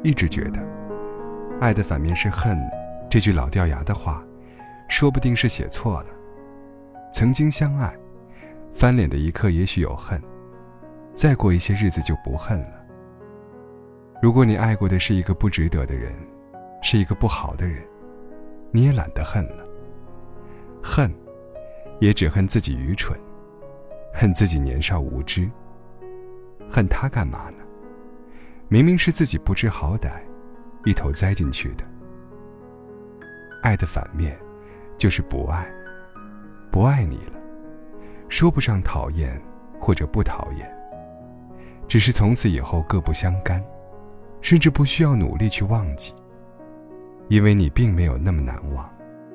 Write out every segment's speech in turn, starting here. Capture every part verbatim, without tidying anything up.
一直觉得爱的反面是恨这句老掉牙的话说不定是写错了。曾经相爱，翻脸的一刻也许有恨，再过一些日子就不恨了。如果你爱过的是一个不值得的人，是一个不好的人，你也懒得恨了。恨也只恨自己愚蠢，恨自己年少无知。恨他干嘛呢？明明是自己不知好歹，一头栽进去的。爱的反面就是不爱，不爱你了，说不上讨厌或者不讨厌，只是从此以后各不相干，甚至不需要努力去忘记，因为你并没有那么难忘。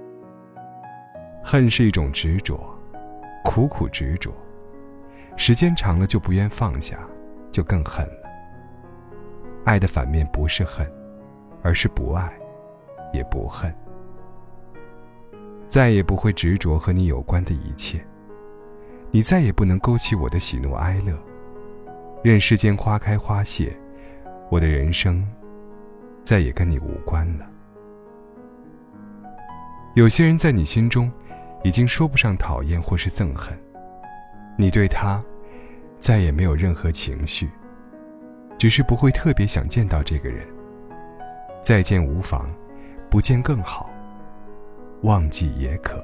恨是一种执着，苦苦执着，时间长了就不愿放下，就更恨了。爱的反面不是恨，而是不爱，也不恨。再也不会执着和你有关的一切，你再也不能勾起我的喜怒哀乐。任世间花开花谢，我的人生再也跟你无关了。有些人在你心中已经说不上讨厌或是憎恨，你对他再也没有任何情绪，只是不会特别想见到这个人。再见无妨，不见更好，忘记也可。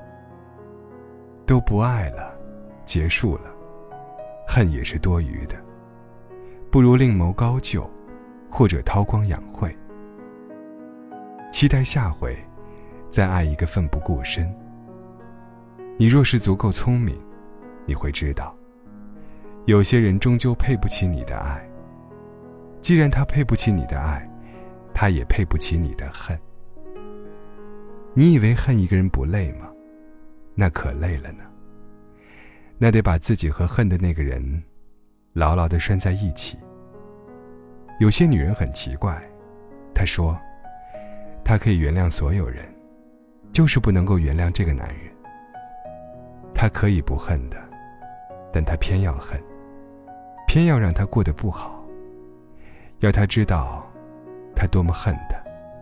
都不爱了，结束了，恨也是多余的，不如另谋高就，或者韬光养晦。期待下回再爱一个奋不顾身。你若是足够聪明，你会知道，有些人终究配不起你的爱。既然他配不起你的爱，他也配不起你的恨。你以为恨一个人不累吗？那可累了呢。那得把自己和恨的那个人牢牢地拴在一起。有些女人很奇怪，她说她可以原谅所有人，就是不能够原谅这个男人。她可以不恨的，但她偏要恨，偏要让他过得不好，要他知道他多么恨他。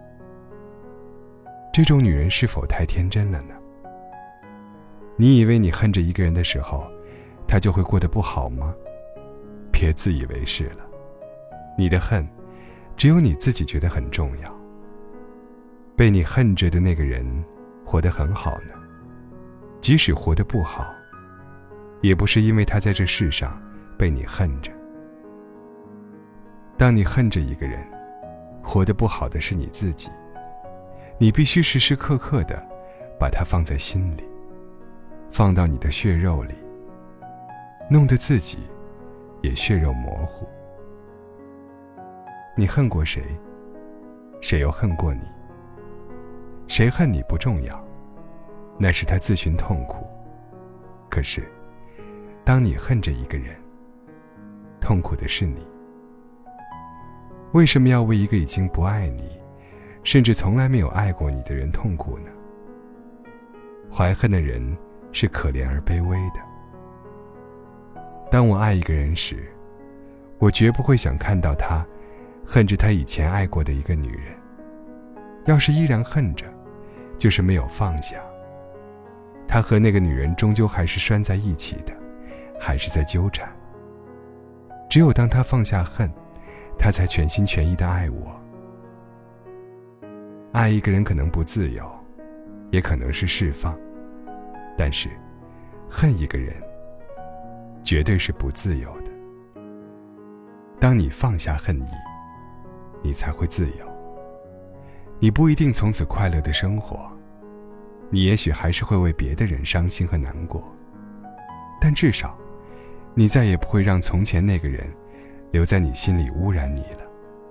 这种女人是否太天真了呢？你以为你恨着一个人的时候，他就会过得不好吗？别自以为是了，你的恨只有你自己觉得很重要。被你恨着的那个人活得很好呢，即使活得不好，也不是因为他在这世上被你恨着。当你恨着一个人，活得不好的是你自己，你必须时时刻刻地把它放在心里，放到你的血肉里，弄得自己也血肉模糊。你恨过谁？谁又恨过你？谁恨你不重要，那是他自寻痛苦。可是当你恨着一个人，痛苦的是你。为什么要为一个已经不爱你，甚至从来没有爱过你的人痛苦呢？怀恨的人是可怜而卑微的。当我爱一个人时，我绝不会想看到他恨着他以前爱过的一个女人。要是依然恨着，就是没有放下。他和那个女人终究还是拴在一起的，还是在纠缠。只有当他放下恨，他才全心全意地爱我。爱一个人可能不自由，也可能是释放，但是恨一个人绝对是不自由的。当你放下恨意，你才会自由。你不一定从此快乐的生活，你也许还是会为别的人伤心和难过，但至少你再也不会让从前那个人留在你心里污染你了。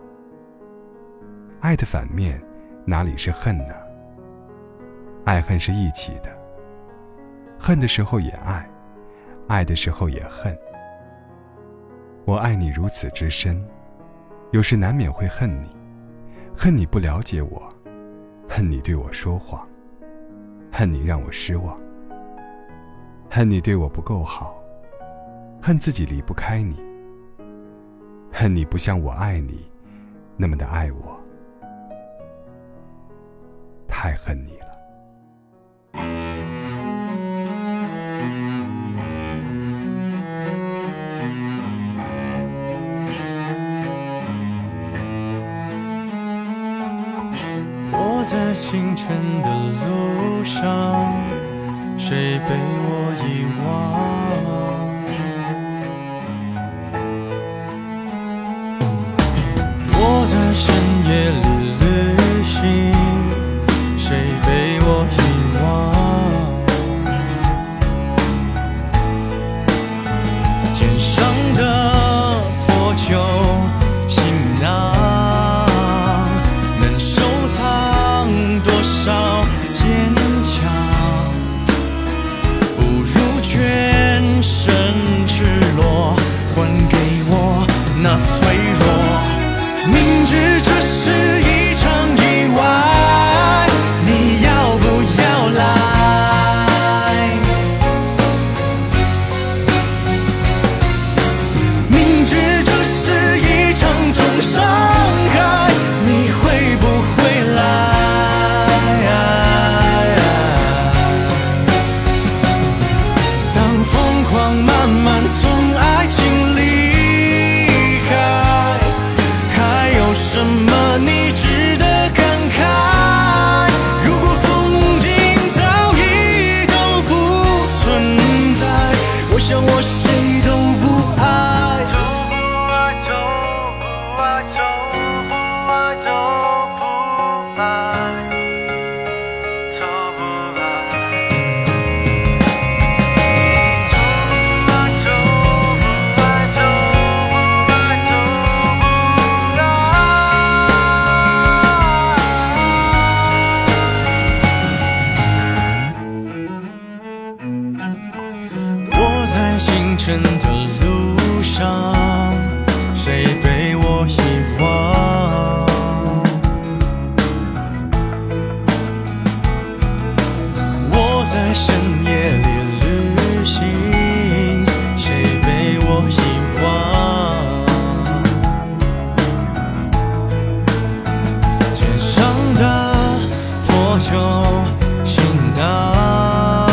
爱的反面哪里是恨呢？爱恨是一起的，恨的时候也爱，爱的时候也恨。我爱你如此之深，有时难免会恨你，恨你不了解我，恨你对我说谎，恨你让我失望，恨你对我不够好，恨自己离不开你，恨你不像我爱你那么的爱我，太恨你了。 我在清晨的路上，谁被我遗忘？我在深夜里旅行，谁被我遗忘？肩上的破旧行囊，能收藏多少坚强？不如全身赤裸，还给我那脆弱。明知这是一场意外，你要不要来？明知这是一场重伤害，你会不会来？当疯狂慢慢从爱情离开，什么你值得感慨？如果风景早已都不存在，我想我谁都不爱，都不爱，都不爱，都不爱，都不爱，都不爱。在清晨的路上，谁被我遗忘？我在深夜里旅行，谁被我遗忘？肩上的破旧行囊，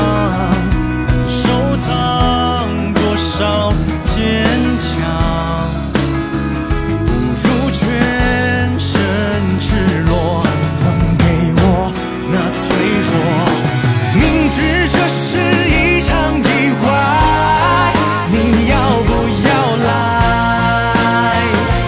坚强，不如全身赤裸，还给我那脆弱。明知这是一场意外，你要不要来？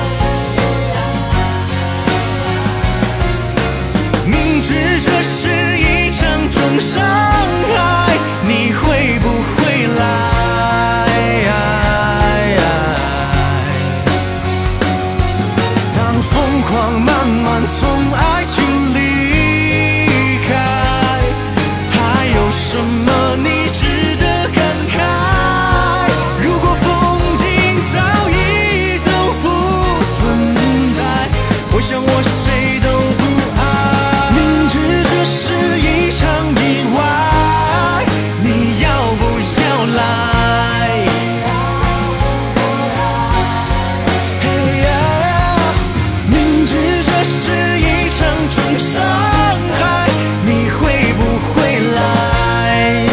明知这是一场重伤害，你会不会来？疯狂慢慢从爱情离开，还有什么你值得感慨？如果风景早已都不存在，我想我谁都不爱。明知这是一场意外，你要不要来？伤害，你会不会来？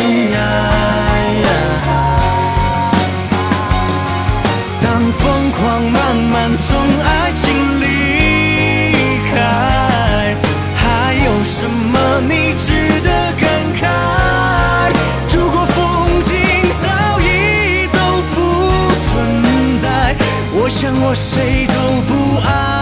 当疯狂慢慢从爱情离开，还有什么你值得感慨？如果风景早已都不存在，我想我谁都不爱。